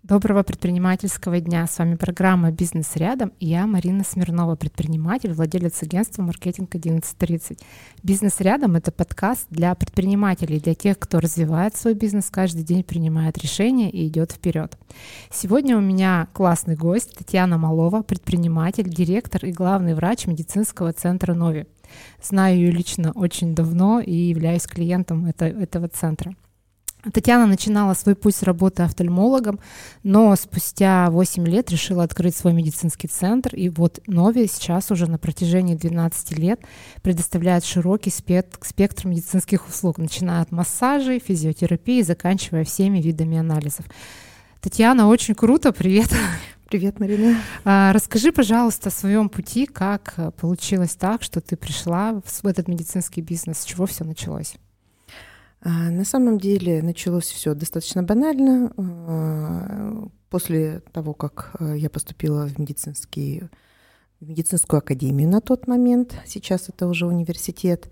Доброго предпринимательского дня. С вами программа «Бизнес рядом» и я, Марина Смирнова, предприниматель, владелец агентства «Маркетинг 1130». «Бизнес рядом» — это подкаст для предпринимателей, для тех, кто развивает свой бизнес, каждый день принимает решения и идет вперед. Сегодня у меня классный гость Татьяна Малова, предприниматель, директор и главный врач медицинского центра «Нови». Знаю ее лично очень давно и являюсь клиентом этого центра. Татьяна начинала свой путь с работы офтальмологом, но спустя 8 лет решила открыть свой медицинский центр. И вот Нови сейчас уже на протяжении 12 лет предоставляет широкий спектр медицинских услуг, начиная от массажей, физиотерапии, заканчивая всеми видами анализов. Татьяна, очень круто, привет! Привет, Марина. Расскажи, пожалуйста, о своем пути, как получилось так, что ты пришла в этот медицинский бизнес, с чего все началось? На самом деле началось все достаточно банально. После того, как я поступила в медицинскую академию на тот момент, сейчас это уже университет,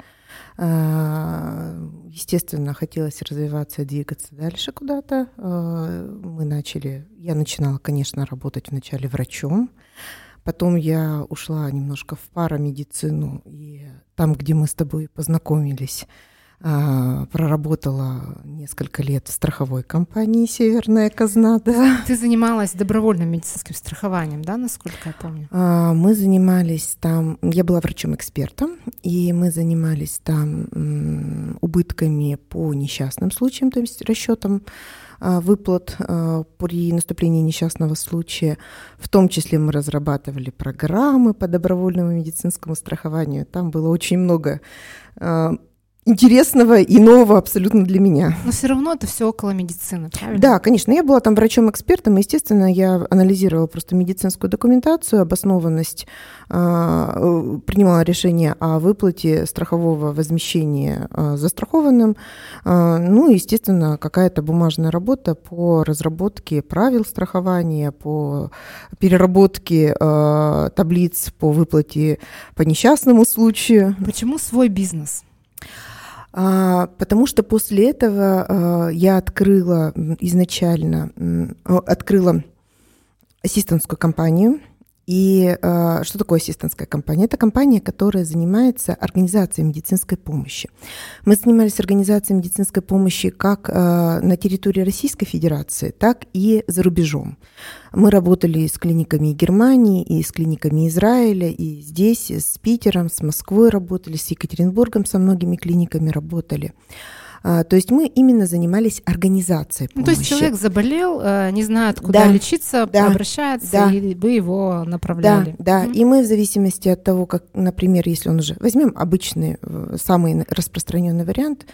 естественно, хотелось развиваться, двигаться дальше куда-то. Я начинала, конечно, работать вначале врачом, потом я ушла немножко в парамедицину, и там, где мы с тобой познакомились, проработала несколько лет в страховой компании «Северная казна». Да. Ты занималась добровольным медицинским страхованием, да, насколько я помню? Мы занимались там, я была врачом-экспертом, и мы занимались там убытками по несчастным случаям, то есть расчетом выплат при наступлении несчастного случая. В том числе мы разрабатывали программы по добровольному медицинскому страхованию. Там было очень много интересного и нового абсолютно для меня. Но все равно это все около медицины, правильно? Да, конечно. Я была там врачом-экспертом, и, естественно, я анализировала просто медицинскую документацию, обоснованность, принимала решение о выплате страхового возмещения застрахованным. Ну, естественно, какая-то бумажная работа по разработке правил страхования, по переработке таблиц по выплате по несчастному случаю. Почему свой бизнес? Потому что после этого я открыла ассистентскую компанию. И что такое ассистентская компания? Это компания, которая занимается организацией медицинской помощи. Мы занимались организацией медицинской помощи как на территории Российской Федерации, так и за рубежом. Мы работали с клиниками Германии и с клиниками Израиля, и здесь с Питером, с Москвой работали, с Екатеринбургом со многими клиниками работали. То есть мы именно занимались организацией помощи. То есть человек заболел, не знает, куда лечиться, обращается, и вы его направляли. Да. И мы в зависимости от того, как, например, если он уже... Возьмем обычный, самый распространенный вариант,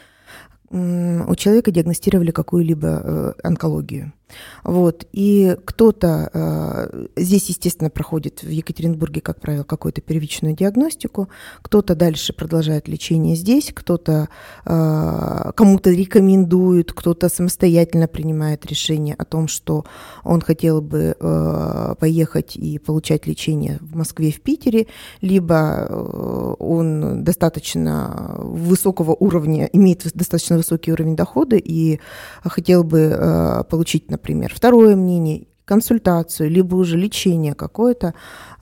у человека диагностировали какую-либо онкологию. Вот. И кто-то здесь, естественно, проходит в Екатеринбурге, как правило, какую-то первичную диагностику, кто-то дальше продолжает лечение здесь, кто-то кому-то рекомендует, кто-то самостоятельно принимает решение о том, что он хотел бы поехать и получать лечение в Москве, в Питере, либо он достаточно высокого уровня, имеет достаточно высокий уровень дохода и хотел бы получить, например, второе мнение, консультацию, либо уже лечение какое-то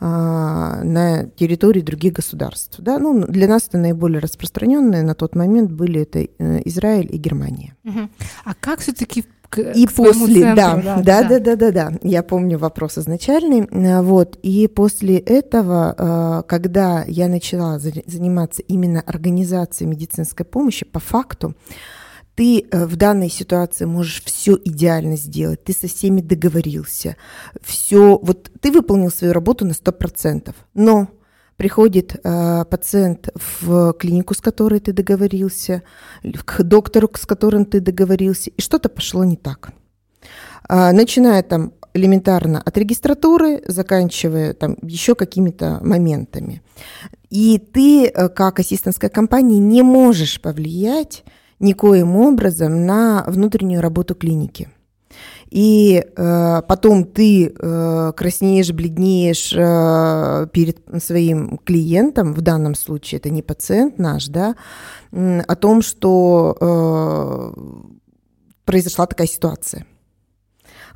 на территории других государств. Да? Ну, для нас это наиболее распространенные на тот момент были это Израиль и Германия. А как все-таки и после, да, я помню вопрос изначальный. Вот, и после этого, когда я начала заниматься именно организацией медицинской помощи, по факту, ты в данной ситуации можешь все идеально сделать, ты со всеми договорился, все, вот ты выполнил свою работу на 100%, но приходит пациент в клинику, с которой ты договорился, к доктору, с которым ты договорился, и что-то пошло не так. Начиная там элементарно от регистратуры, заканчивая там еще какими-то моментами. И ты, как ассистентская компания, не можешь повлиять никоим образом на внутреннюю работу клиники. И потом ты краснеешь, бледнеешь перед своим клиентом, в данном случае это не пациент наш, да, о том, что произошла такая ситуация.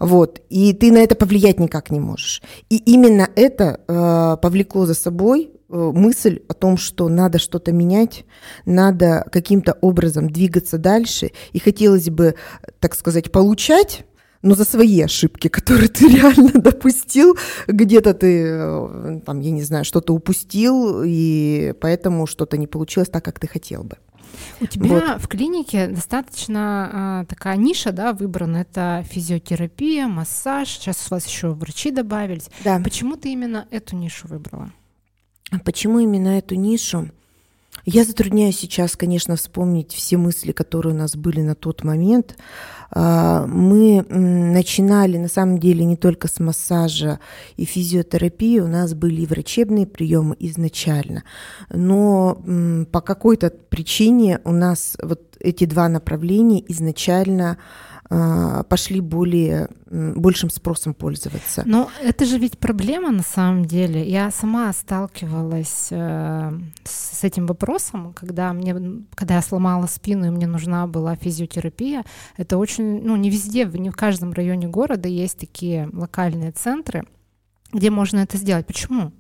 Вот, и ты на это повлиять никак не можешь. И именно это повлекло за собой мысль о том, что надо что-то менять, надо каким-то образом двигаться дальше, и хотелось бы, так сказать, получать, но за свои ошибки, которые ты реально допустил, где-то ты, там, я не знаю, что-то упустил, и поэтому что-то не получилось так, как ты хотел бы. У тебя в клинике достаточно такая ниша, да, выбрана. Это физиотерапия, массаж. Сейчас у вас еще врачи добавились. Да. Почему ты именно эту нишу выбрала? Почему именно эту нишу? Я затрудняюсь сейчас, конечно, вспомнить все мысли, которые у нас были на тот момент. Мы начинали, на самом деле, не только с массажа и физиотерапии, у нас были и врачебные приемы изначально. Но по какой-то причине у нас вот эти два направления изначально пошли большим спросом пользоваться. Но это же ведь проблема на самом деле. Я сама сталкивалась с этим вопросом, когда я сломала спину, и мне нужна была физиотерапия. Это очень, не везде, не в каждом районе города есть такие локальные центры, где можно это сделать. Почему?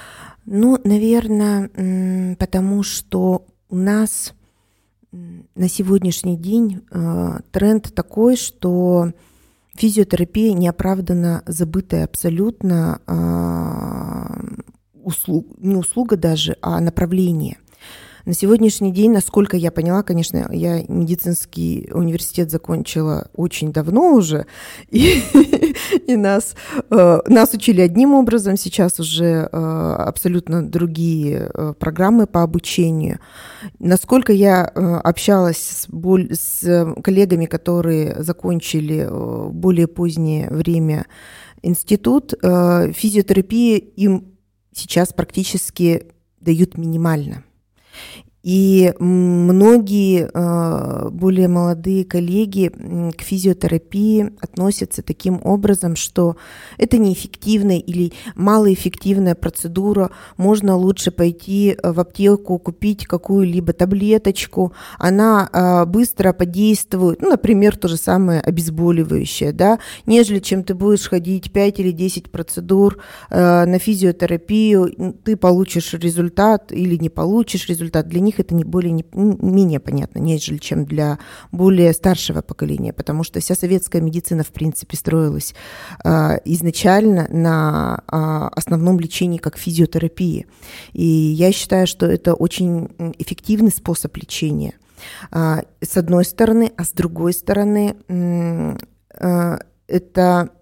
Наверное, потому что у нас на сегодняшний день тренд такой, что физиотерапия неоправданно забытая абсолютно не услуга даже, а направление. На сегодняшний день, насколько я поняла, конечно, я медицинский университет закончила очень давно уже, и нас учили одним образом, сейчас уже абсолютно другие программы по обучению. Насколько я общалась с коллегами, которые закончили в более позднее время институт, физиотерапии им сейчас практически дают минимально. И многие более молодые коллеги к физиотерапии относятся таким образом, что это неэффективная или малоэффективная процедура. Можно лучше пойти в аптеку, купить какую-либо таблеточку. Она быстро подействует, например, то же самое обезболивающее, да, нежели чем ты будешь ходить 5 или 10 процедур на физиотерапию, ты получишь результат или не получишь результат. Для них это менее понятно, нежели чем для более старшего поколения, потому что вся советская медицина, в принципе, строилась изначально на основном лечении как физиотерапии. И я считаю, что это очень эффективный способ лечения, с одной стороны, а с другой стороны, это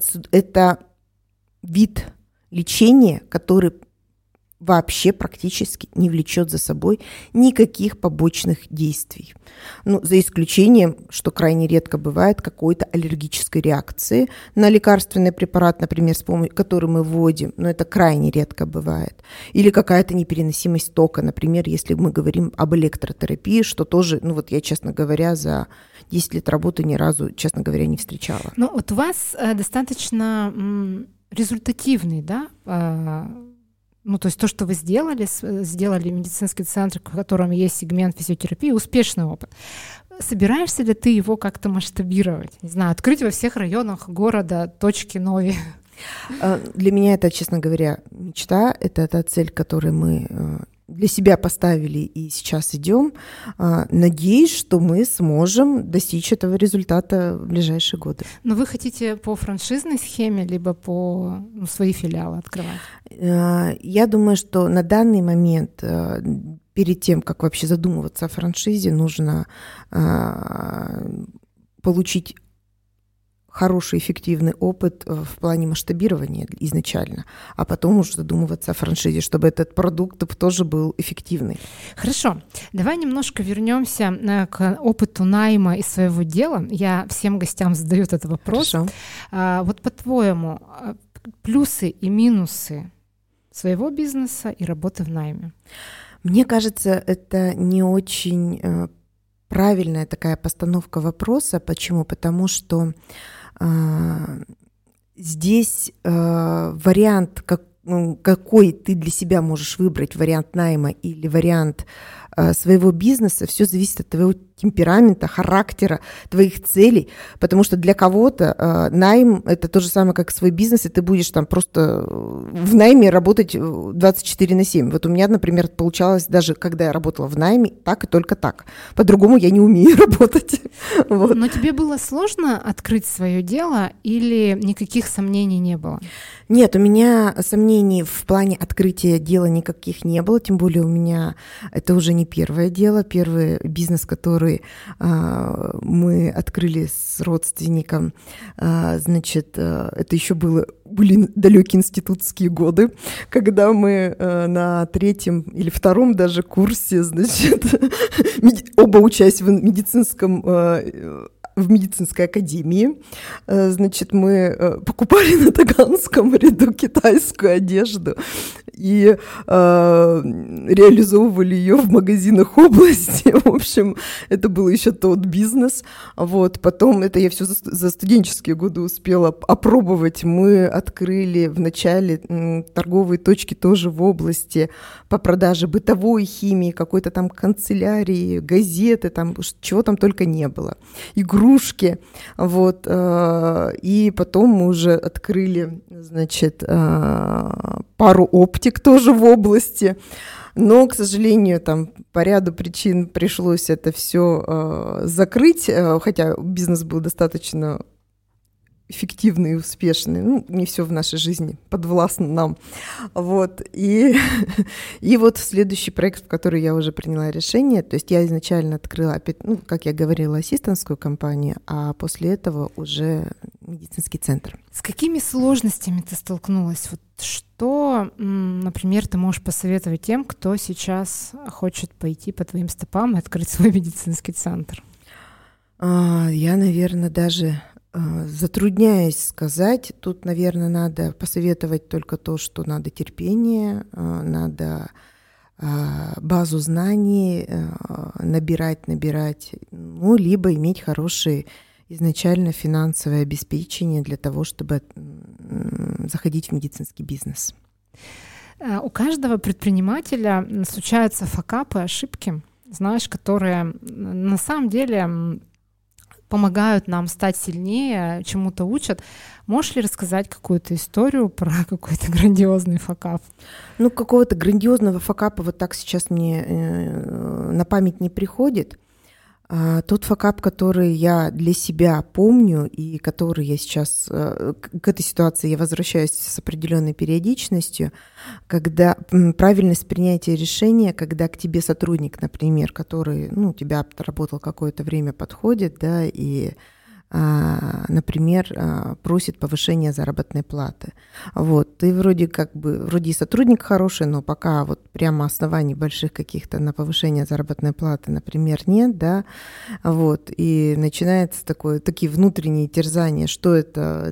вид лечения, который вообще практически не влечет за собой никаких побочных действий. За исключением, что крайне редко бывает, какой-то аллергической реакции на лекарственный препарат, например, который мы вводим, но это крайне редко бывает. Или какая-то непереносимость тока, например, если мы говорим об электротерапии, что тоже, я, честно говоря, за 10 лет работы ни разу, честно говоря, не встречала. Вот у вас достаточно результативный, да, то есть то, что вы сделали медицинский центр, в котором есть сегмент физиотерапии, успешный опыт. Собираешься ли ты его как-то масштабировать? Не знаю, открыть во всех районах города точки новые? Для меня это, честно говоря, мечта. Это та цель, которую мы для себя поставили и сейчас идем. Надеюсь, что мы сможем достичь этого результата в ближайшие годы. Но вы хотите по франшизной схеме, либо по свои филиалы открывать? Я думаю, что на данный момент, перед тем, как вообще задумываться о франшизе, нужно получить хороший, эффективный опыт в плане масштабирования изначально, а потом уже задумываться о франшизе, чтобы этот продукт тоже был эффективный. Хорошо. Давай немножко вернемся к опыту найма из своего дела. Я всем гостям задаю этот вопрос. Хорошо. Вот по-твоему, плюсы и минусы своего бизнеса и работы в найме? Мне кажется, это не очень правильная такая постановка вопроса. Почему? Потому что здесь вариант, какой ты для себя можешь выбрать, вариант найма или вариант своего бизнеса, все зависит от темперамента, характера, твоих целей, потому что для кого-то найм – это то же самое, как свой бизнес, и ты будешь там просто в найме работать 24/7. Вот у меня, например, получалось даже, когда я работала в найме, так и только так. По-другому я не умею работать. Вот. Но тебе было сложно открыть свое дело или никаких сомнений не было? Нет, у меня сомнений в плане открытия дела никаких не было, тем более у меня это уже не первое дело. Первый бизнес, который мы открыли с родственником, значит, это еще были далекие институтские годы, когда мы на 3-м или 2-м даже курсе, значит, оба учась в медицинской академии, значит, мы покупали на Таганском ряду китайскую одежду и реализовывали ее в магазинах области. В общем, это был еще тот бизнес. Вот. Потом, это я все за студенческие годы успела опробовать. Мы открыли в начале торговые точки тоже в области по продаже бытовой химии, какой-то там канцелярии, газеты, там, чего там только не было. Игрушки. Вот. И потом мы уже открыли, значит, пару оптик тоже в области. Но, к сожалению, там по ряду причин пришлось это все закрыть, хотя бизнес был достаточно эффективный и успешный. Ну, не все в нашей жизни подвластно нам. Вот. И вот следующий проект, в который я уже приняла решение, то есть я изначально открыла, опять, ну, как я говорила, ассистентскую компанию, а после этого уже медицинский центр. С какими сложностями ты столкнулась? Вот что, например, ты можешь посоветовать тем, кто сейчас хочет пойти по твоим стопам и открыть свой медицинский центр? Я, наверное, даже затрудняюсь сказать. Тут, наверное, надо посоветовать только то, что надо терпение, надо базу знаний набирать, ну, либо иметь хорошее изначально финансовое обеспечение для того, чтобы заходить в медицинский бизнес. У каждого предпринимателя случаются факапы, ошибки, знаешь, которые на самом деле помогают нам стать сильнее, чему-то учат. Можешь ли рассказать какую-то историю про какой-то грандиозный факап? Ну, какого-то грандиозного факапа вот так сейчас мне на память не приходит. Тот факап, который я для себя помню и который я сейчас к этой ситуации я возвращаюсь с определенной периодичностью, когда правильность принятия решения, когда к тебе сотрудник, например, который, ну, у тебя работал какое-то время, подходит, да, и, например, просит повышения заработной платы. Вот. Ты вроде и сотрудник хороший, но пока вот прямо оснований больших каких-то на повышение заработной платы, например, нет, да, вот, и начинается такие внутренние терзания, что это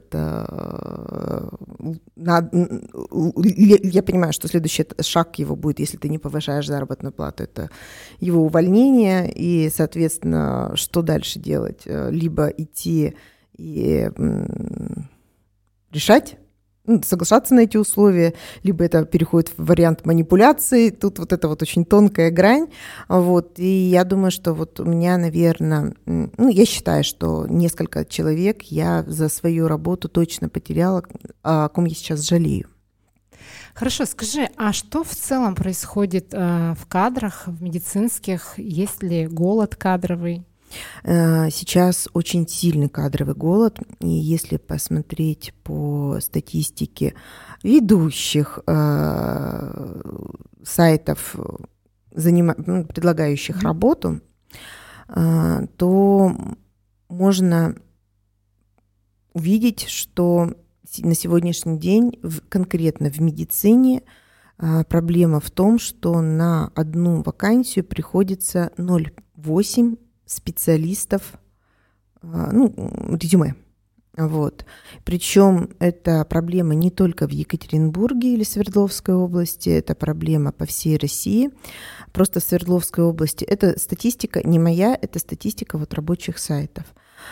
я понимаю, что следующий шаг его будет, если ты не повышаешь заработную плату, это его увольнение, и, соответственно, что дальше делать? Либо идти и решать, соглашаться на эти условия, либо это переходит в вариант манипуляции. Тут вот это вот очень тонкая грань. Вот. И я думаю, что вот у меня, наверное, я считаю, что несколько человек я за свою работу точно потеряла, о ком я сейчас жалею. Хорошо, скажи, а что в целом происходит в кадрах, в медицинских? Есть ли голод кадровый? Сейчас очень сильный кадровый голод, и если посмотреть по статистике ведущих сайтов, предлагающих работу, то можно увидеть, что на сегодняшний день конкретно в медицине проблема в том, что на одну вакансию приходится 0,8 специалистов, резюме. Вот. Причем эта проблема не только в Екатеринбурге или Свердловской области, это проблема по всей России. Просто в Свердловской области это статистика не моя, это статистика вот рабочих сайтов.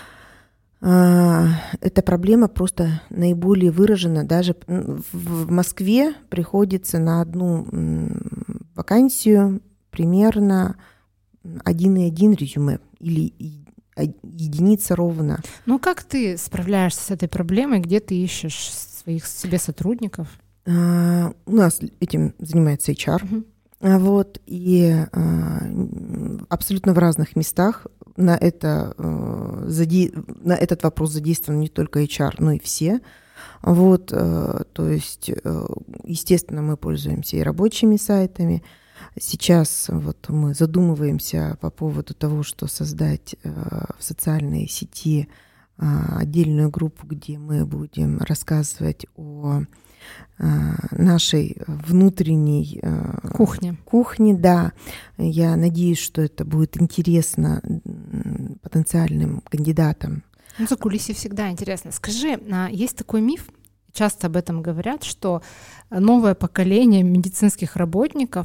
Эта проблема просто наиболее выражена. Даже в Москве приходится на одну вакансию примерно 1,1 резюме или единица ровно. Ну как ты справляешься с этой проблемой? Где ты ищешь своих себе сотрудников? У нас этим занимается HR. Вот, и абсолютно в разных местах на этот вопрос задействован не только HR, но и все. Вот, то есть, естественно, мы пользуемся и рабочими сайтами. Сейчас вот мы задумываемся по поводу того, что создать в социальной сети отдельную группу, где мы будем рассказывать о нашей внутренней кухне, да. Я надеюсь, что это будет интересно потенциальным кандидатам. Ну, за кулисье всегда интересно. Скажи, есть такой миф, часто об этом говорят, что новое поколение медицинских работников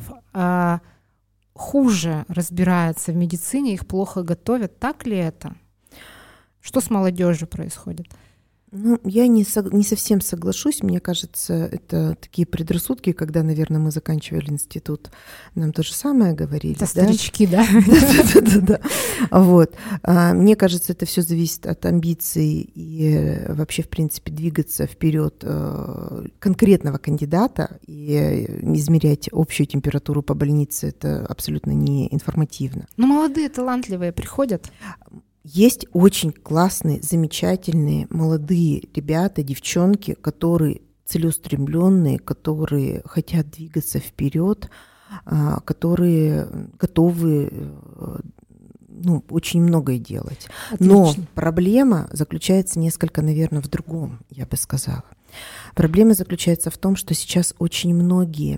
хуже разбирается в медицине, их плохо готовят. Так ли это? Что с молодежью происходит? Ну, я не совсем соглашусь. Мне кажется, это такие предрассудки, когда, наверное, мы заканчивали институт, нам то же самое говорили. Это старички, да? Да. Вот. Мне кажется, это все зависит от амбиций и вообще, в принципе, двигаться вперед конкретного кандидата и измерять общую температуру по больнице. Это абсолютно не информативно. Но молодые, талантливые приходят. Есть очень классные, замечательные молодые ребята, девчонки, которые целеустремленные, которые хотят двигаться вперед, которые готовы очень многое делать. Отлично. Но проблема заключается несколько, наверное, в другом, я бы сказала. Проблема заключается в том, что сейчас очень многие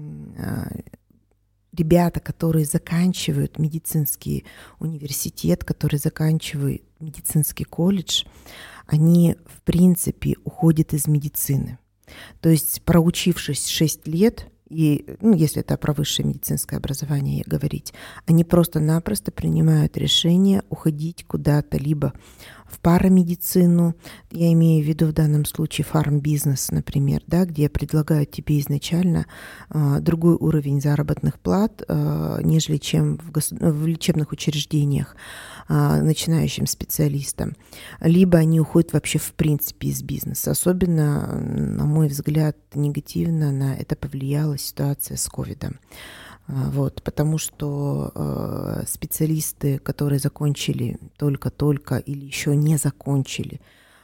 ребята, которые заканчивают медицинский университет, которые заканчивают медицинский колледж, они, в принципе, уходят из медицины. То есть, проучившись 6 лет, и, если это про высшее медицинское образование говорить, они просто-напросто принимают решение уходить куда-то, либо в парамедицину, я имею в виду в данном случае фармбизнес, например, да, где предлагают тебе изначально другой уровень заработных плат, нежели чем в лечебных учреждениях начинающим специалистам. Либо они уходят вообще в принципе из бизнеса. Особенно, на мой взгляд, негативно на это повлияла ситуация с ковидом. Вот, потому что специалисты, которые закончили только-только или еще не закончили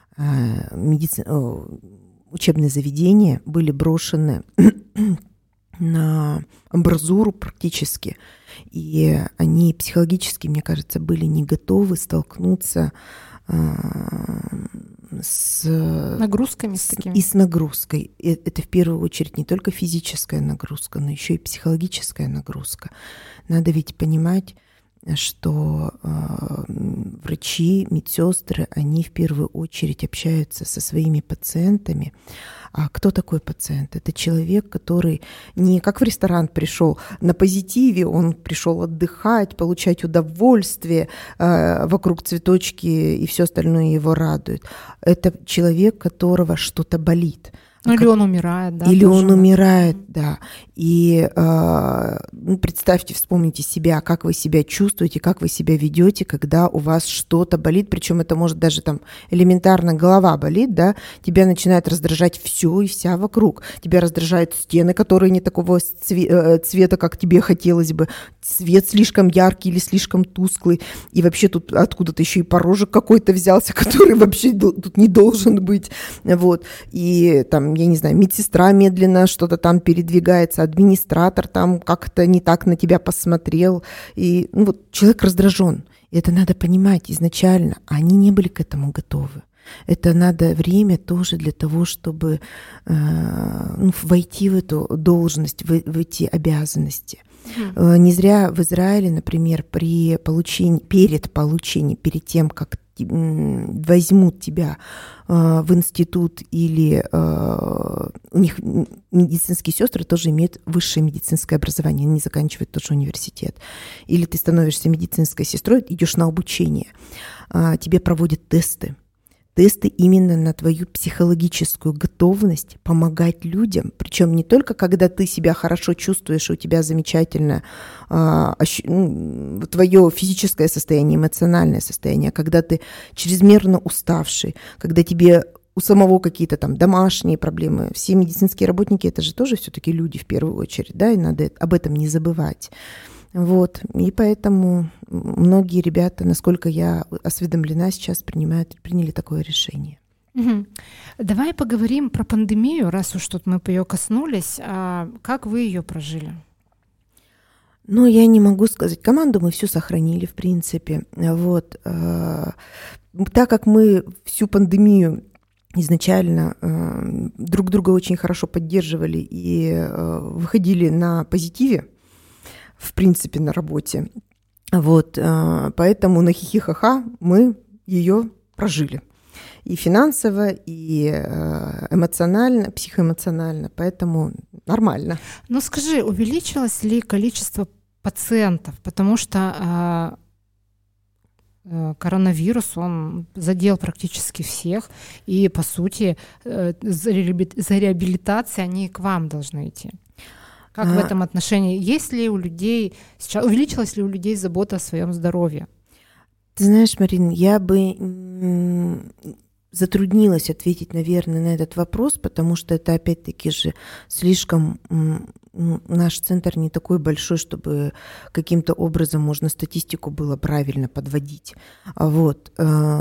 учебные заведения, были брошены на амбразуру практически. И они психологически, мне кажется, были не готовы столкнуться с нагрузками такими. И с нагрузкой. Это в первую очередь не только физическая нагрузка, но еще и психологическая нагрузка. Надо ведь понимать, что врачи, медсестры, они в первую очередь общаются со своими пациентами. А кто такой пациент? Это человек, который не как в ресторан пришел на позитиве, он пришел отдыхать, получать удовольствие, вокруг цветочки и все остальное его радует. Это человек, которого что-то болит. Или он умирает, да? Или он умирает, да. И представьте, вспомните себя, как вы себя чувствуете, как вы себя ведете, когда у вас что-то болит, причем это может даже там элементарно голова болит, да, тебя начинает раздражать все и вся вокруг. Тебя раздражают стены, которые не такого цвета, как тебе хотелось бы, цвет слишком яркий или слишком тусклый, и вообще тут откуда-то еще и порожек какой-то взялся, который вообще тут не должен быть, вот. И там, я не знаю, медсестра медленно что-то там передвигается, администратор там как-то не так на тебя посмотрел. И человек раздражен. И это надо понимать изначально. Они не были к этому готовы. Это надо время тоже для того, чтобы войти в эту должность, в эти обязанности. Не зря в Израиле, например, перед тем, как возьмут тебя в институт или у них медицинские сестры тоже имеют высшее медицинское образование, они не заканчивают тот же университет. Или ты становишься медицинской сестрой, идешь на обучение, тебе проводят тесты. тесты именно на твою психологическую готовность помогать людям. Причем не только когда ты себя хорошо чувствуешь, у тебя замечательное твое физическое состояние, эмоциональное состояние, а когда ты чрезмерно уставший, когда тебе у самого какие-то там домашние проблемы. Все медицинские работники — это же тоже все-таки люди в первую очередь, да, и надо об этом не забывать. Вот, и поэтому многие ребята, насколько я осведомлена, сейчас приняли такое решение. Угу. Давай поговорим про пандемию, раз уж тут мы ее коснулись. Как вы ее прожили? Ну, я не могу сказать. Команду мы всю сохранили, в принципе. Вот. Так как мы всю пандемию изначально друг друга очень хорошо поддерживали и выходили на позитиве, в принципе, на работе. Вот, поэтому на хихихаха мы ее прожили. И финансово, и эмоционально, психоэмоционально, поэтому нормально. Ну скажи, увеличилось ли количество пациентов? Потому что коронавирус, он задел практически всех, и, по сути, за реабилитацией они к вам должны идти. Как в этом отношении? Есть ли у людей, сейчас увеличилась ли у людей забота о своем здоровье? Ты знаешь, Марин, я бы затруднилась ответить, наверное, на этот вопрос, потому что это, опять-таки же, слишком... Наш центр не такой большой, чтобы каким-то образом можно статистику было правильно подводить. Вот.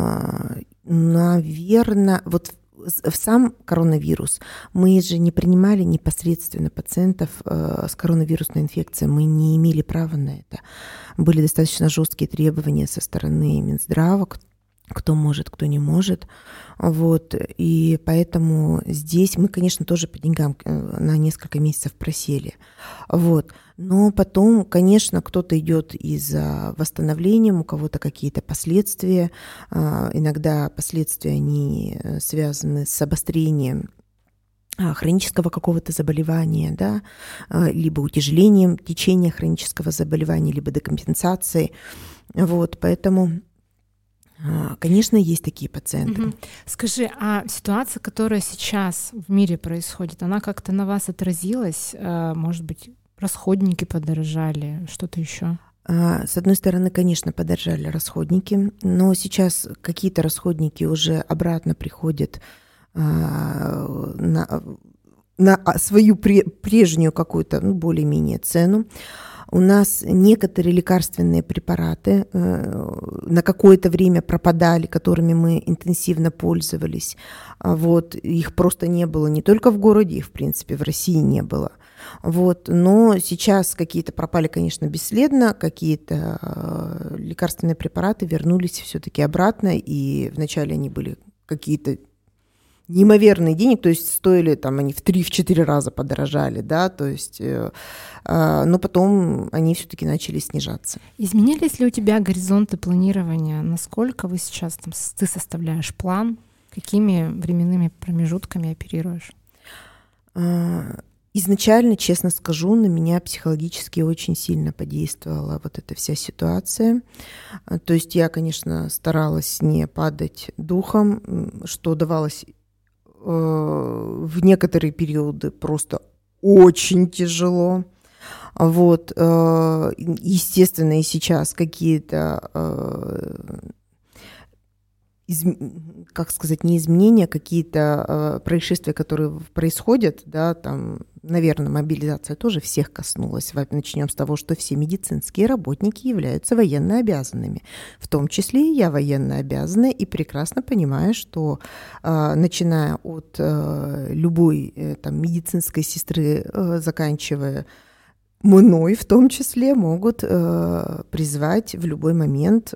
Наверное, вот в сам коронавирус мы же не принимали непосредственно пациентов с коронавирусной инфекцией, мы не имели права на это. Были достаточно жесткие требования со стороны Минздрава, кто может, кто не может. Вот. И поэтому здесь мы, конечно, тоже по деньгам на несколько месяцев просели. Вот. Но потом, конечно, кто-то идет из-за восстановлением, у кого-то какие-то последствия. Иногда последствия, они связаны с обострением хронического какого-то заболевания, да, либо утяжелением течения хронического заболевания, либо декомпенсацией. Вот. Поэтому... Конечно, есть такие пациенты. Угу. Скажи, а ситуация, которая сейчас в мире происходит, она как-то на вас отразилась? Может быть, расходники подорожали, что-то еще? С одной стороны, конечно, подорожали расходники, но сейчас какие-то расходники уже обратно приходят на свою прежнюю какую-то, более-менее цену. У нас некоторые лекарственные препараты на какое-то время пропадали, которыми мы интенсивно пользовались. Вот, их просто не было не только в городе, их, в принципе, в России не было. Вот, но сейчас какие-то пропали, конечно, бесследно, какие-то лекарственные препараты вернулись все-таки обратно, и вначале они были какие-то неимоверные денег, то есть стоили там они в 3-4 раза подорожали, да, то есть, но потом они все-таки начали снижаться. Изменились ли у тебя горизонты планирования? Насколько вы сейчас ты составляешь план? Какими временными промежутками оперируешь? Изначально, честно скажу, на меня психологически очень сильно подействовала вот эта вся ситуация. То есть я, конечно, старалась не падать духом, что давалось в некоторые периоды просто очень тяжело. Вот. Естественно, и сейчас какие-то, как сказать, не изменения, какие-то происшествия, которые происходят, да, там, наверное, мобилизация тоже всех коснулась. Начнем с того, что все медицинские работники являются военнообязанными. В том числе и я военнообязанная, и прекрасно понимаю, что начиная от любой там, медицинской сестры, заканчивая мной в том числе, могут призвать в любой момент.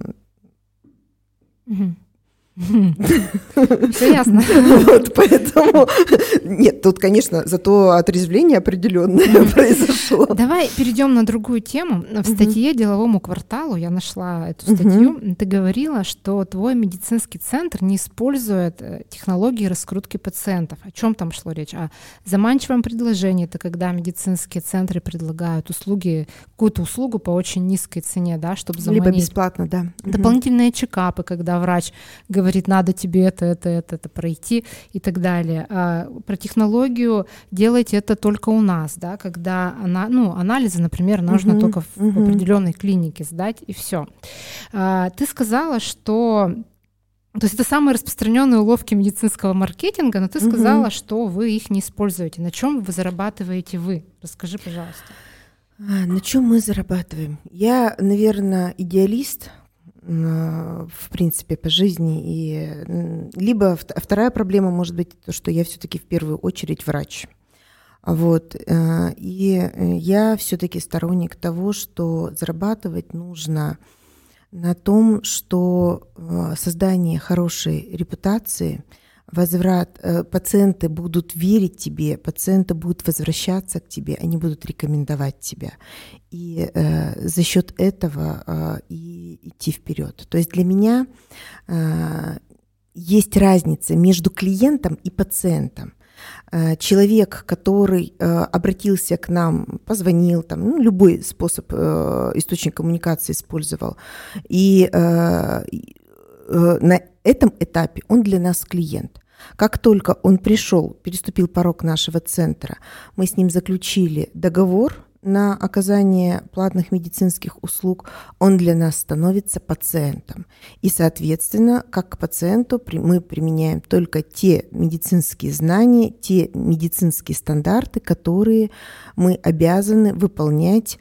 Все ясно. Вот, поэтому нет, тут, конечно, зато отрезвление определенное произошло. Давай перейдем на другую тему. В статье «Деловому кварталу» я нашла эту статью. Ты говорила, что твой медицинский центр не использует технологии раскрутки пациентов. О чем там шло речь? О заманчивом предложении. Это когда медицинские центры предлагают какую-то услугу по очень низкой цене, да, чтобы заманить. Либо бесплатно, да. Дополнительные чекапы, когда врач говорит, говорит, надо тебе это пройти и так далее. Про технологию делайте это только у нас, да, когда анализы, например, нужно только в определенной клинике сдать, и все. Ты сказала, что... То есть это самые распространенные уловки медицинского маркетинга, но ты сказала, что вы их не используете. На чем вы зарабатываете вы? Расскажи, пожалуйста. На чем мы зарабатываем? Я, наверное, идеалист, в принципе, по жизни. И либо вторая проблема может быть то, что я все-таки в первую очередь врач. Вот. И я все-таки сторонник того, что зарабатывать нужно на том, что создание хорошей репутации, возврат, пациенты будут верить тебе, пациенты будут возвращаться к тебе, они будут рекомендовать тебя. И за счет этого и идти вперед. То есть для меня есть разница между клиентом и пациентом. Человек, который обратился к нам, позвонил, любой способ, источник коммуникации использовал, и на этом этапе он для нас клиент. Как только он пришел, переступил порог нашего центра, мы с ним заключили договор на оказание платных медицинских услуг, он для нас становится пациентом. И, соответственно, как к пациенту мы применяем только те медицинские знания, те медицинские стандарты, которые мы обязаны выполнять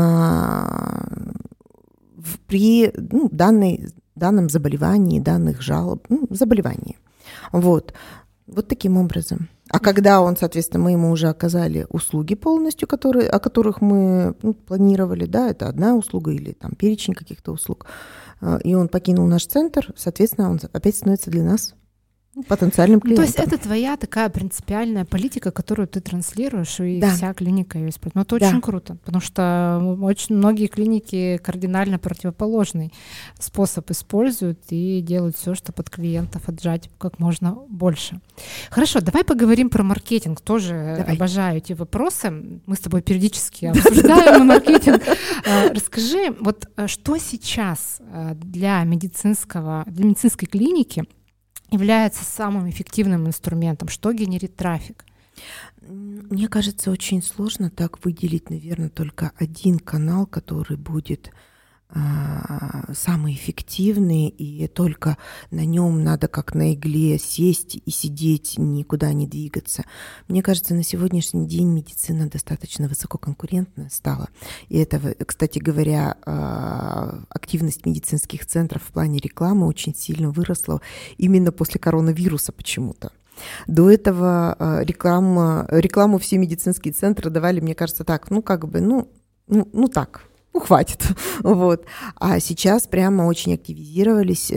при данном заболевании, данных жалоб, заболевании. Вот таким образом. А когда он, соответственно, мы ему уже оказали услуги полностью, о которых мы планировали, да, это одна услуга или там перечень каких-то услуг, и он покинул наш центр, соответственно, он опять становится для нас потенциальным клиентом. То есть это твоя такая принципиальная политика, которую ты транслируешь, и вся клиника ее использует. Но это очень круто, потому что очень многие клиники кардинально противоположный способ используют и делают все, чтобы от клиентов отжать как можно больше. Хорошо, давай поговорим про маркетинг. Тоже обожаю эти вопросы. Мы с тобой периодически обсуждаем маркетинг. Расскажи, вот что сейчас для медицинской клиники является самым эффективным инструментом? Что генерит трафик? Мне кажется, очень сложно так выделить, наверное, только один канал, который будет самый эффективный, и только на нем надо как на игле сесть и сидеть, никуда не двигаться. Мне кажется, на сегодняшний день медицина достаточно высококонкурентная стала. И это, кстати говоря, активность медицинских центров в плане рекламы очень сильно выросла именно после коронавируса почему-то. До этого рекламу все медицинские центры давали, мне кажется, так, так. Хватит. Вот. А сейчас прямо очень активизировались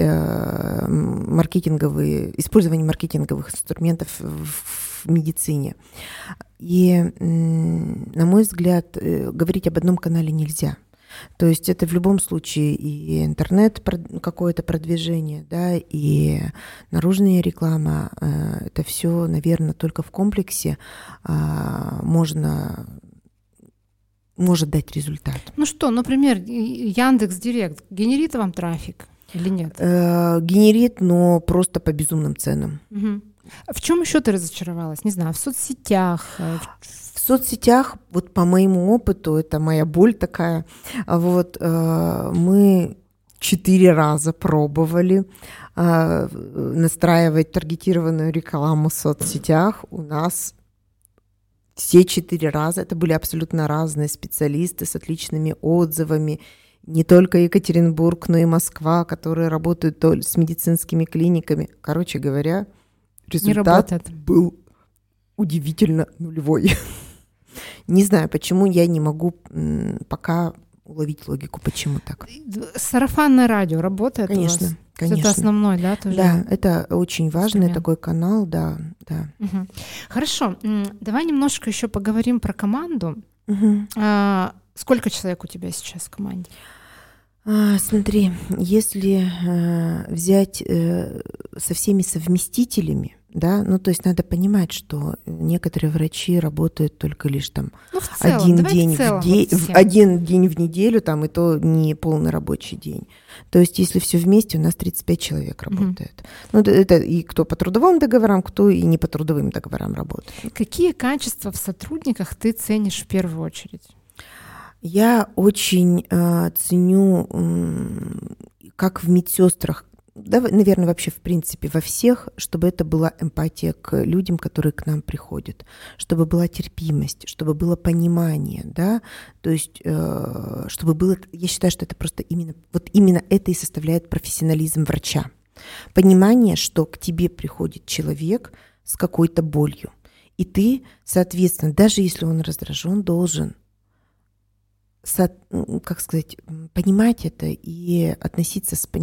использование маркетинговых инструментов в медицине. И, на мой взгляд, говорить об одном канале нельзя. То есть это в любом случае и интернет, какое-то продвижение, да, и наружная реклама. Это все, наверное, только в комплексе может дать результат. Ну что, например, Яндекс.Директ генерит вам трафик или нет? Генерит, но просто по безумным ценам. Угу. В чем еще ты разочаровалась? Не знаю, в соцсетях? В соцсетях, вот по моему опыту, это моя боль такая, вот мы 4 раза пробовали настраивать таргетированную рекламу в соцсетях. У нас все 4 раза это были абсолютно разные специалисты с отличными отзывами. Не только Екатеринбург, но и Москва, которые работают с медицинскими клиниками. Короче говоря, результат был удивительно нулевой. Не знаю, почему я не могу пока уловить логику, почему так. Сарафанное радио работает у вас? Конечно. Это основной, да, тоже? Да, это очень важный такой канал, да. Угу. Хорошо, давай немножко еще поговорим про команду. Угу. Сколько человек у тебя сейчас в команде? Смотри, если взять со всеми совместителями, Да, ну то есть надо понимать, что некоторые врачи работают только лишь там один день в неделю, там, и то не полный рабочий день. То есть если все вместе, у нас 35 человек работает. Ну это и кто по трудовым договорам, кто и не по трудовым договорам работает. Какие качества в сотрудниках ты ценишь в первую очередь? Я очень ценю, как в медсестрах, да, наверное, вообще в принципе во всех, чтобы это была эмпатия к людям, которые к нам приходят, чтобы была терпимость, чтобы было понимание, да, то есть чтобы было, я считаю, что это просто именно это и составляет профессионализм врача. Понимание, что к тебе приходит человек с какой-то болью, и ты, соответственно, даже если он раздражен, должен понимать это и относиться с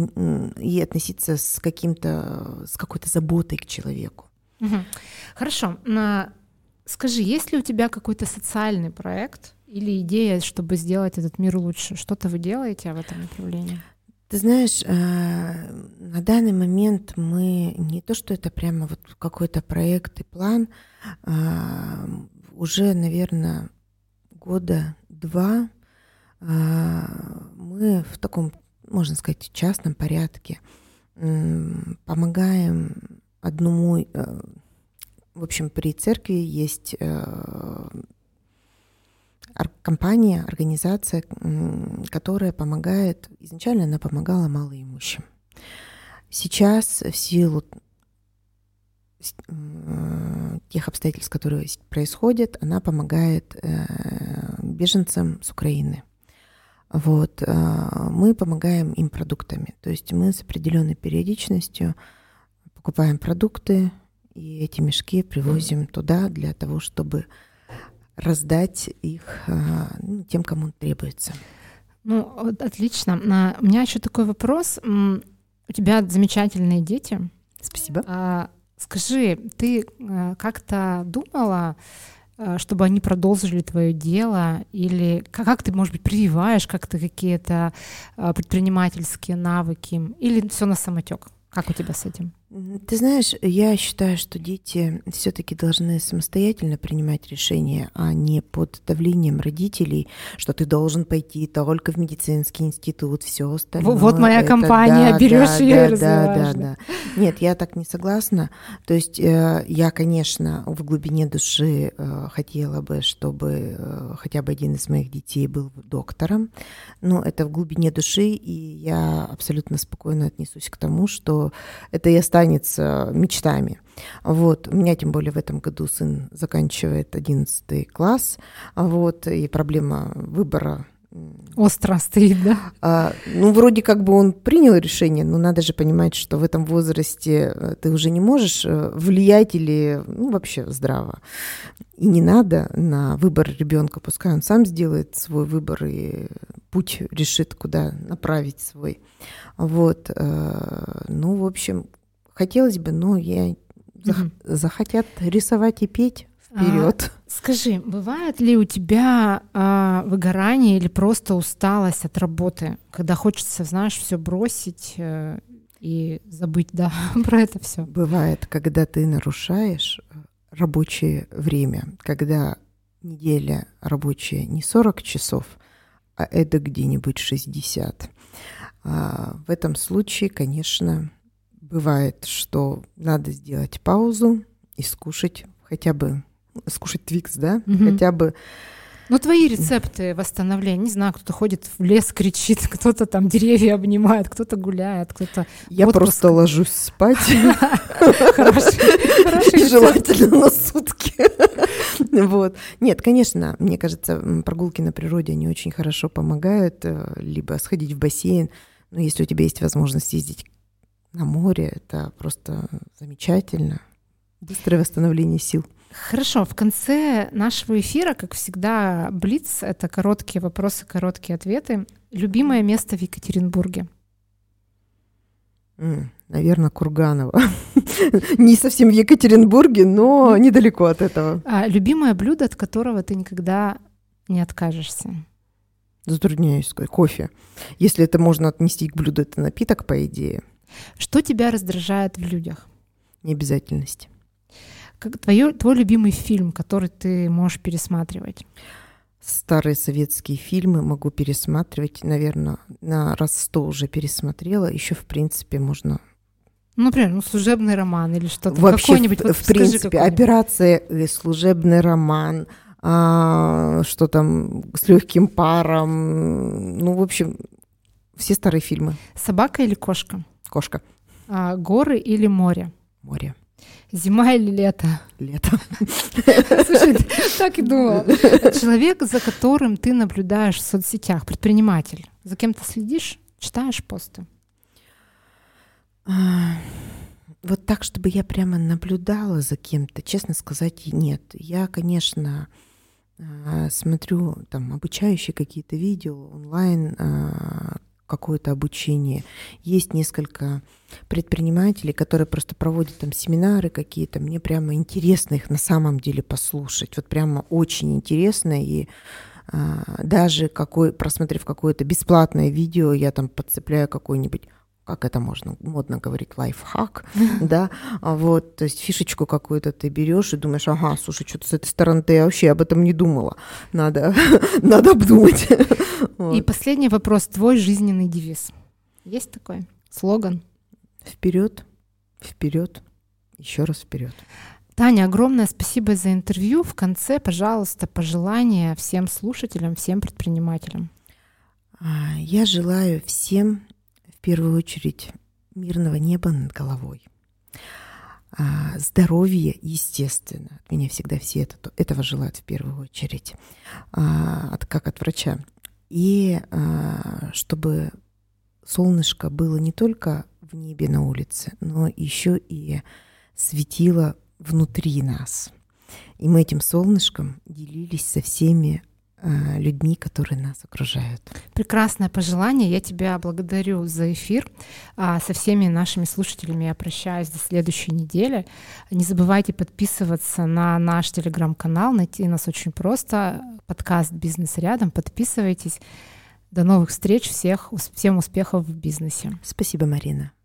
какой-то заботой к человеку. Хорошо. Скажи, есть ли у тебя какой-то социальный проект или идея, чтобы сделать этот мир лучше? Что-то вы делаете в этом направлении? Ты знаешь, на данный момент мы не то, что это прямо вот какой-то проект и план, уже, наверное, года 2 мы в таком, можно сказать, частном порядке помогаем одному, в общем, при церкви есть компания, организация, которая помогает, изначально она помогала малоимущим. Сейчас в силу тех обстоятельств, которые происходят, она помогает беженцам с Украины. Вот. Мы помогаем им продуктами. То есть мы с определенной периодичностью покупаем продукты, и эти мешки привозим туда для того, чтобы раздать их тем, кому требуется. Ну, отлично. У меня еще такой вопрос. У тебя замечательные дети. Спасибо. Скажи, ты как-то думала, чтобы они продолжили твое дело, или как ты, может быть, прививаешь как-то какие-то предпринимательские навыки, или все на самотек? Как у тебя с этим? Ты знаешь, я считаю, что дети все-таки должны самостоятельно принимать решения, а не под давлением родителей, что ты должен пойти только в медицинский институт, все остальное. Вот моя компания, берешь ее и развиваешь. Да. Нет, я так не согласна. То есть я, конечно, в глубине души хотела бы, чтобы хотя бы один из моих детей был доктором, но это в глубине души, и я абсолютно спокойно отнесусь к тому, что это и останется мечтами. Вот. У меня, тем более, в этом году сын заканчивает 11 класс, вот, и проблема выбора остро стоит, да? Вроде как бы он принял решение, но надо же понимать, что в этом возрасте ты уже не можешь влиять или вообще здраво. И не надо на выбор ребенка, пускай он сам сделает свой выбор и путь решит, куда направить свой. Вот. В общем, хотелось бы, но захотят рисовать и петь. Вперед. Скажи, бывает ли у тебя выгорание или просто усталость от работы, когда хочется, знаешь, все бросить и забыть, да, про это все? Бывает, когда ты нарушаешь рабочее время, когда неделя рабочая не 40 часов, а это где-нибудь 60. В этом случае, конечно, бывает, что надо сделать паузу и скушать Твикс, да, хотя бы. Ну, твои рецепты восстановления, не знаю, кто-то ходит в лес, кричит, кто-то там деревья обнимает, кто-то гуляет, кто-то... Я просто ложусь спать. Хороший желательно на сутки. Вот. Нет, конечно, мне кажется, прогулки на природе, они очень хорошо помогают, либо сходить в бассейн, но если у тебя есть возможность ездить на море, это просто замечательно. Быстрое восстановление сил. Хорошо, в конце нашего эфира, как всегда, блиц — это короткие вопросы, короткие ответы. Любимое место в Екатеринбурге? Наверное, Курганово. Не совсем в Екатеринбурге, но недалеко от этого. Любимое блюдо, от которого ты никогда не откажешься? Затрудняюсь сказать. Кофе. Если это можно отнести к блюду, это напиток, по идее. Что тебя раздражает в людях? Необязательность. Твой любимый фильм, который ты можешь пересматривать? Старые советские фильмы могу пересматривать, наверное, на раз 100 уже пересмотрела. Еще, в принципе, можно... Например, «Служебный роман» или что-то. Вообще, какой-нибудь, в принципе, «Операция», «Служебный роман», что там, «С легким паром». Ну, в общем, все старые фильмы. Собака или кошка? Кошка. Горы или море? Море. Зима или лето? Лето. Слушай, так и думала. Человек, за которым ты наблюдаешь в соцсетях, предприниматель, за кем ты следишь, читаешь посты? Вот так, чтобы я прямо наблюдала за кем-то, честно сказать, нет. Я, конечно, смотрю там обучающие какие-то видео, онлайн, какое-то обучение. Есть несколько предпринимателей, которые просто проводят там семинары какие-то. Мне прямо интересно их на самом деле послушать. Вот прямо очень интересно. И даже просмотрев какое-то бесплатное видео, я там подцепляю какой-нибудь, как это можно модно говорить, лайфхак, да, вот, то есть фишечку какую-то ты берешь и думаешь, ага, слушай, что-то с этой стороны-то я вообще об этом не думала, надо обдумать. И последний вопрос, твой жизненный девиз. Есть такой слоган? Вперед, вперед, еще раз вперед. Таня, огромное спасибо за интервью. В конце, пожалуйста, пожелания всем слушателям, всем предпринимателям. Я желаю всем в первую очередь мирного неба над головой, здоровья, естественно. От меня всегда все этого желают в первую очередь, как от врача. И чтобы солнышко было не только в небе на улице, но еще и светило внутри нас. И мы этим солнышком делились со всеми людьми, которые нас окружают. Прекрасное пожелание. Я тебя благодарю за эфир. Со всеми нашими слушателями я прощаюсь до следующей недели. Не забывайте подписываться на наш телеграм-канал. Найти нас очень просто. Подкаст «Бизнес рядом». Подписывайтесь. До новых встреч. Всем успехов в бизнесе. Спасибо, Марина.